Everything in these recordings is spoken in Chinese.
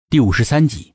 第53集。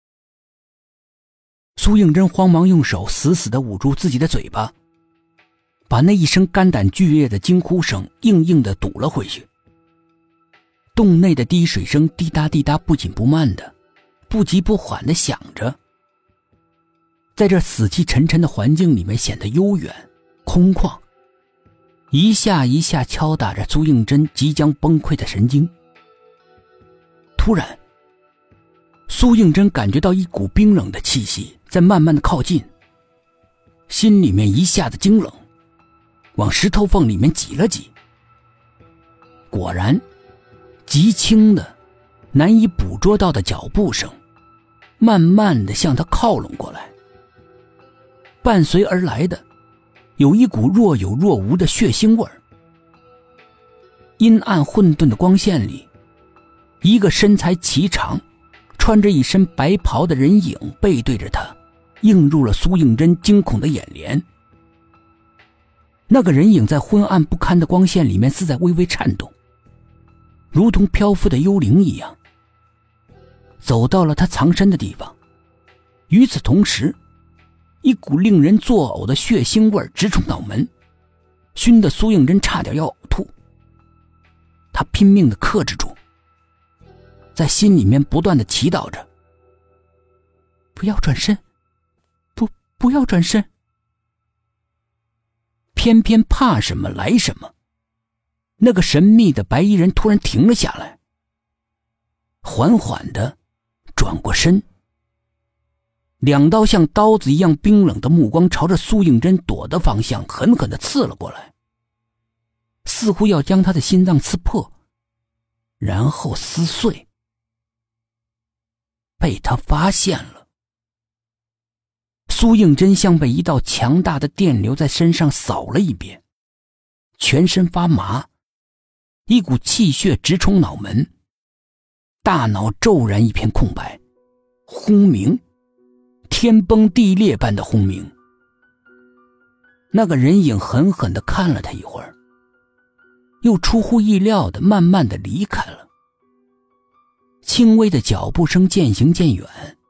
苏应真慌忙用手死死地捂住自己的嘴巴，把那一声肝胆俱裂的惊呼声硬硬地堵了回去。洞内的滴水声滴答滴答不紧不慢的，不急不缓地响着，在这死气沉沉的环境里面显得悠远空旷，一下一下敲打着苏应真即将崩溃的神经。突然苏应真感觉到一股冰冷的气息在慢慢的靠近，心里面一下子惊冷，往石头缝里面挤了挤。果然极轻的难以捕捉到的脚步声慢慢的向他靠拢过来，伴随而来的有一股若有若无的血腥味儿。阴暗混沌的光线里，一个身材颀长穿着一身白袍的人影背对着他，映入了苏应真惊恐的眼帘。那个人影在昏暗不堪的光线里面似在微微颤动，如同漂浮的幽灵一样，走到了他藏身的地方。与此同时，一股令人作呕的血腥味直冲脑门，熏得苏应真差点要呕吐。他拼命地克制住，在心里面不断地祈祷着，不要转身，不要转身。偏偏怕什么来什么，那个神秘的白衣人突然停了下来，缓缓地转过身，两道像刀子一样冰冷的目光朝着苏应真躲的方向狠狠地刺了过来，似乎要将他的心脏刺破，然后撕碎。被他发现了。苏应真像被一道强大的电流在身上扫了一遍，全身发麻，一股气血直冲脑门，大脑骤然一片空白，轰鸣，天崩地裂般的轰鸣。那个人影狠狠地看了他一会儿，又出乎意料地慢慢地离开了。轻微的脚步声渐行渐远，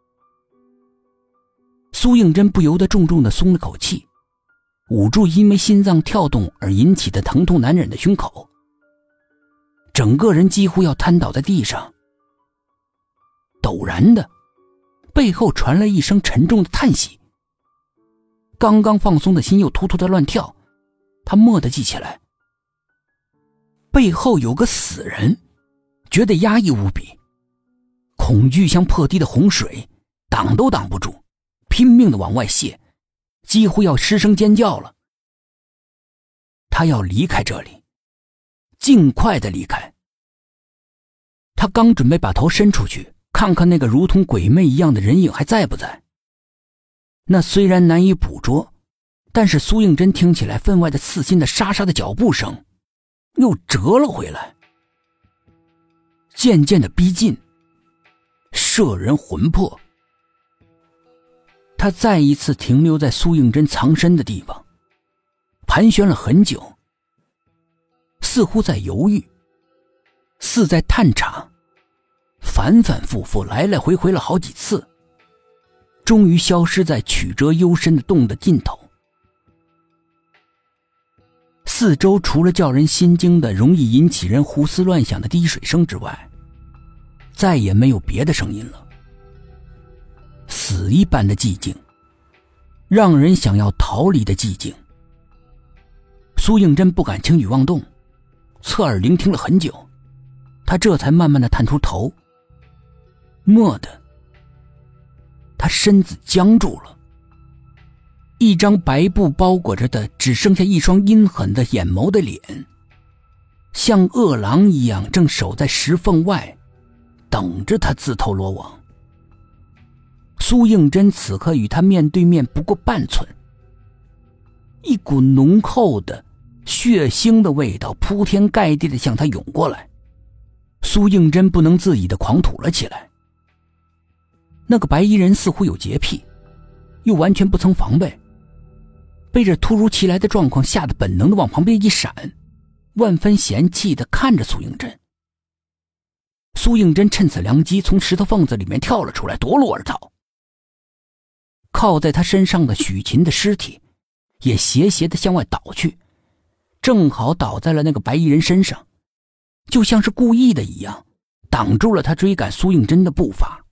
苏应真不由得重重地松了口气，捂住因为心脏跳动而引起的疼痛难忍的胸口，整个人几乎要瘫倒在地上。陡然的，背后传来一声沉重的叹息，刚刚放松的心又突突地乱跳。他蓦地记起来，背后有个死人，觉得压抑无比，恐惧像破堤的洪水，挡都挡不住，拼命地往外泄，几乎要失声尖叫了。他要离开这里，尽快地离开。他刚准备把头伸出去，看看那个如同鬼魅一样的人影还在不在。那虽然难以捕捉，但是苏应真听起来分外的刺心的沙沙的脚步声又折了回来，渐渐地逼近，摄人魂魄。他再一次停留在苏应真藏身的地方，盘旋了很久，似乎在犹豫，似在探查，反反复复来来回回了好几次，终于消失在曲折幽深的洞的尽头。四周除了叫人心惊的容易引起人胡思乱想的滴水声之外，再也没有别的声音了。死一般的寂静，让人想要逃离的寂静。苏应真不敢轻举妄动，侧耳聆听了很久，他这才慢慢地探出头。蓦地，他身子僵住了，一张白布包裹着的只剩下一双阴狠的眼眸的脸，像饿狼一样正守在石缝外，等着他自投罗网。苏应真此刻与他面对面不过半寸，一股浓厚的血腥的味道铺天盖地地向他涌过来。苏应真不能自已地狂吐了起来。那个白衣人似乎有洁癖，又完全不曾防备，被这突如其来的状况吓得本能地往旁边一闪，万分嫌弃地看着苏应真。 苏应真趁此良机从石头缝子里面跳了出来，夺路而逃。靠在他身上的许勤的尸体也斜斜地向外倒去，正好倒在了那个白衣人身上，就像是故意的一样，挡住了他追赶苏应真的步伐。